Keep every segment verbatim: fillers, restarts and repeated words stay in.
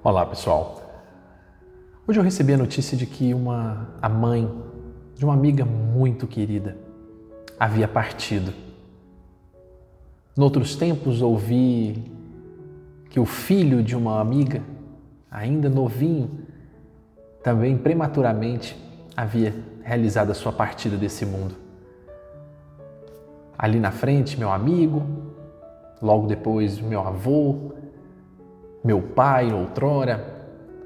Olá, pessoal. Hoje eu recebi a notícia de que uma, a mãe de uma amiga muito querida havia partido. Noutros tempos ouvi que o filho de uma amiga, ainda novinho, também prematuramente havia realizado a sua partida desse mundo. Ali na frente, meu amigo, logo depois meu avô, meu pai outrora.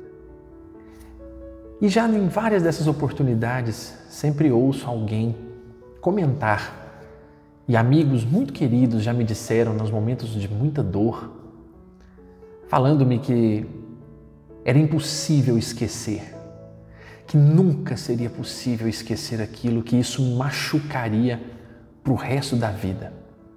E já em várias dessas oportunidades, sempre ouço alguém comentar, e amigos muito queridos já me disseram nos momentos de muita dor, falando-me que era impossível esquecer, que nunca seria possível esquecer aquilo, que isso machucaria para o resto da vida.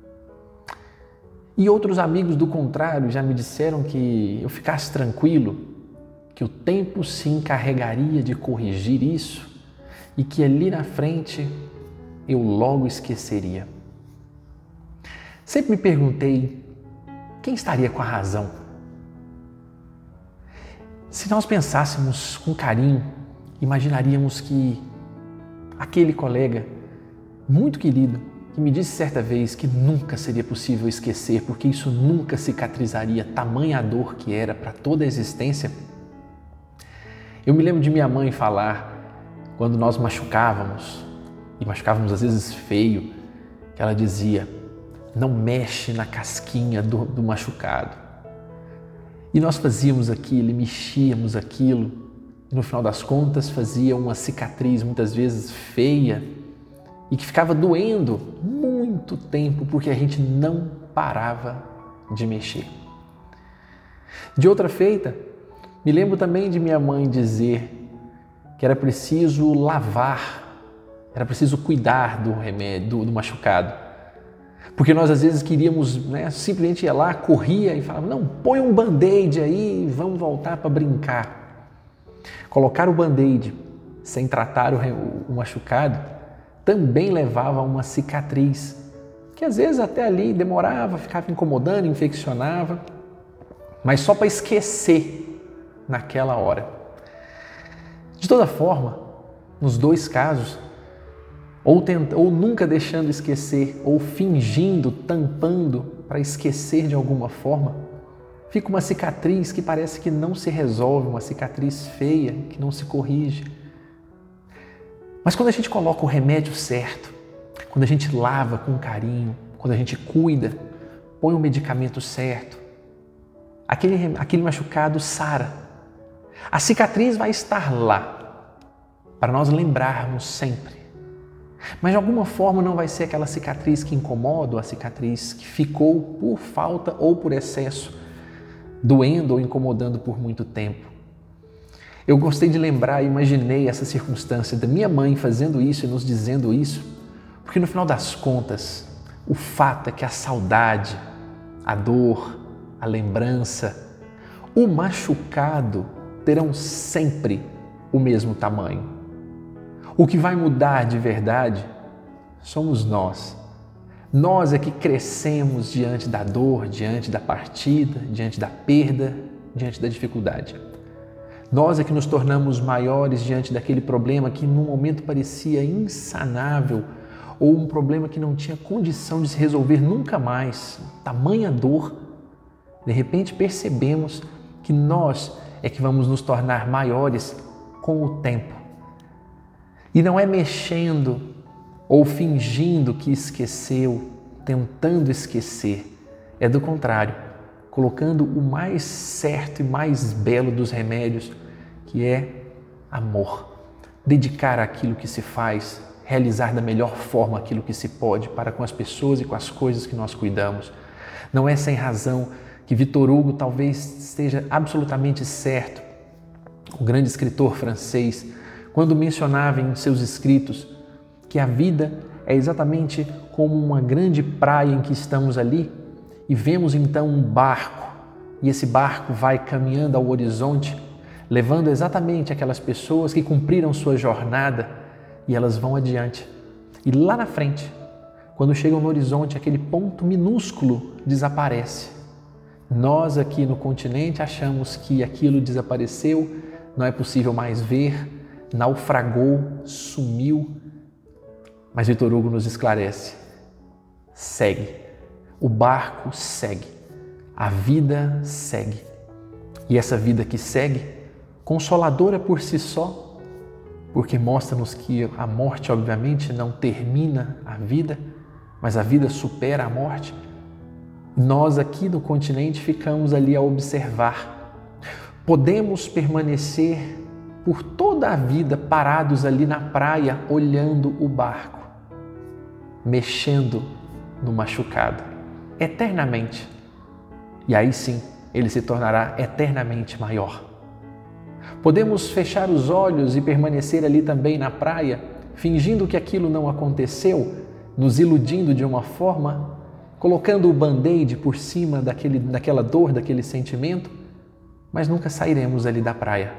E outros amigos, do contrário, já me disseram que eu ficasse tranquilo, que o tempo se encarregaria de corrigir isso e que ali na frente eu logo esqueceria. Sempre me perguntei quem estaria com a razão. Se nós pensássemos com carinho, imaginaríamos que aquele colega muito querido que me disse certa vez que nunca seria possível esquecer, porque isso nunca cicatrizaria, tamanha a dor que era para toda a existência. Eu me lembro de minha mãe falar, quando nós machucávamos, e machucávamos às vezes feio, que ela dizia, não mexe na casquinha do, do machucado. E nós fazíamos aquilo, e mexíamos aquilo, e no final das contas fazia uma cicatriz muitas vezes feia, e que ficava doendo muito tempo, porque a gente não parava de mexer. De outra feita, me lembro também de minha mãe dizer que era preciso lavar, era preciso cuidar do remédio, do, do machucado. Porque nós às vezes queríamos, né, simplesmente ir lá, corria e falava, não, põe um band-aid aí e vamos voltar para brincar. Colocar o band-aid sem tratar o, o machucado também levava a uma cicatriz, que às vezes até ali demorava, ficava incomodando, infeccionava, mas só para esquecer naquela hora. De toda forma, nos dois casos, ou, tenta, ou nunca deixando esquecer, ou fingindo, tampando para esquecer de alguma forma, fica uma cicatriz que parece que não se resolve, uma cicatriz feia, que não se corrige. Mas quando a gente coloca o remédio certo, quando a gente lava com carinho, quando a gente cuida, põe o medicamento certo, aquele, aquele machucado sara. A cicatriz vai estar lá, para nós lembrarmos sempre. Mas de alguma forma não vai ser aquela cicatriz que incomoda, ou a cicatriz que ficou por falta ou por excesso, doendo ou incomodando por muito tempo. Eu gostei de lembrar, imaginei essa circunstância da minha mãe fazendo isso e nos dizendo isso, porque no final das contas, o fato é que a saudade, a dor, a lembrança, o machucado terão sempre o mesmo tamanho. O que vai mudar de verdade somos nós. Nós é que crescemos diante da dor, diante da partida, diante da perda, diante da dificuldade. Nós é que nos tornamos maiores diante daquele problema que num momento parecia insanável ou um problema que não tinha condição de se resolver nunca mais, tamanha dor. De repente percebemos que nós é que vamos nos tornar maiores com o tempo. E não é mexendo ou fingindo que esqueceu, tentando esquecer. É do contrário, colocando o mais certo e mais belo dos remédios, que é amor. Dedicar aquilo que se faz, realizar da melhor forma aquilo que se pode para com as pessoas e com as coisas que nós cuidamos. Não é sem razão que Victor Hugo talvez esteja absolutamente certo, o grande escritor francês, quando mencionava em seus escritos que a vida é exatamente como uma grande praia em que estamos ali e vemos então um barco, e esse barco vai caminhando ao horizonte, levando exatamente aquelas pessoas que cumpriram sua jornada e elas vão adiante. E lá na frente, quando chegam no horizonte, aquele ponto minúsculo desaparece. Nós aqui no continente achamos que aquilo desapareceu, não é possível mais ver, naufragou, sumiu. Mas Victor Hugo nos esclarece: segue, o barco segue, a vida segue. E essa vida que segue, consoladora por si só, porque mostra-nos que a morte obviamente não termina a vida, mas a vida supera a morte. Nós aqui no continente ficamos ali a observar. Podemos permanecer por toda a vida parados ali na praia, olhando o barco, mexendo no machucado, eternamente. E aí sim, ele se tornará eternamente maior. Podemos fechar os olhos e permanecer ali também na praia, fingindo que aquilo não aconteceu, nos iludindo de uma forma, colocando o band-aid por cima daquele, daquela dor, daquele sentimento, mas nunca sairemos ali da praia.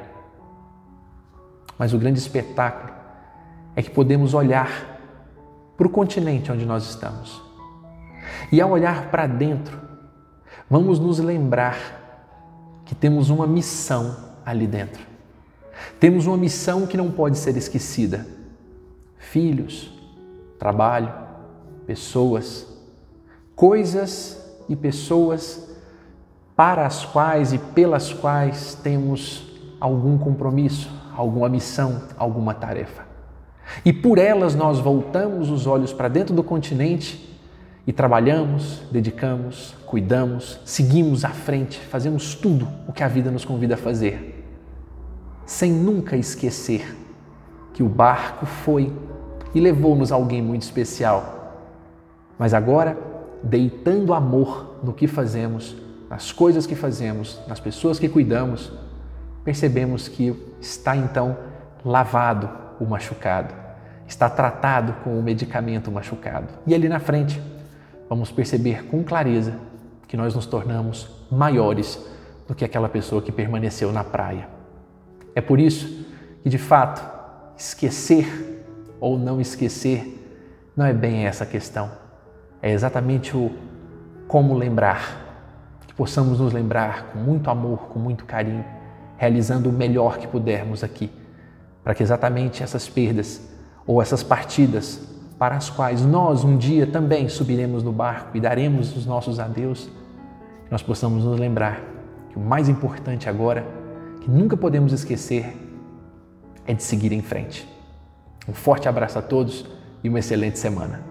Mas o grande espetáculo é que podemos olhar para o continente onde nós estamos. E ao olhar para dentro, vamos nos lembrar que temos uma missão ali dentro. Temos uma missão que não pode ser esquecida. Filhos, trabalho, pessoas, coisas e pessoas para as quais e pelas quais temos algum compromisso, alguma missão, alguma tarefa. E por elas nós voltamos os olhos para dentro do continente e trabalhamos, dedicamos, cuidamos, seguimos à frente, fazemos tudo o que a vida nos convida a fazer, sem nunca esquecer que o barco foi e levou-nos a alguém muito especial. Mas agora, deitando amor no que fazemos, nas coisas que fazemos, nas pessoas que cuidamos, percebemos que está então lavado o machucado, está tratado com o medicamento machucado. E ali na frente, vamos perceber com clareza que nós nos tornamos maiores do que aquela pessoa que permaneceu na praia. É por isso que, de fato, esquecer ou não esquecer não é bem essa questão. É exatamente o como lembrar, que possamos nos lembrar com muito amor, com muito carinho, realizando o melhor que pudermos aqui, para que exatamente essas perdas ou essas partidas para as quais nós um dia também subiremos no barco e daremos os nossos adeus, que nós possamos nos lembrar que o mais importante agora, que nunca podemos esquecer, é de seguir em frente. Um forte abraço a todos e uma excelente semana.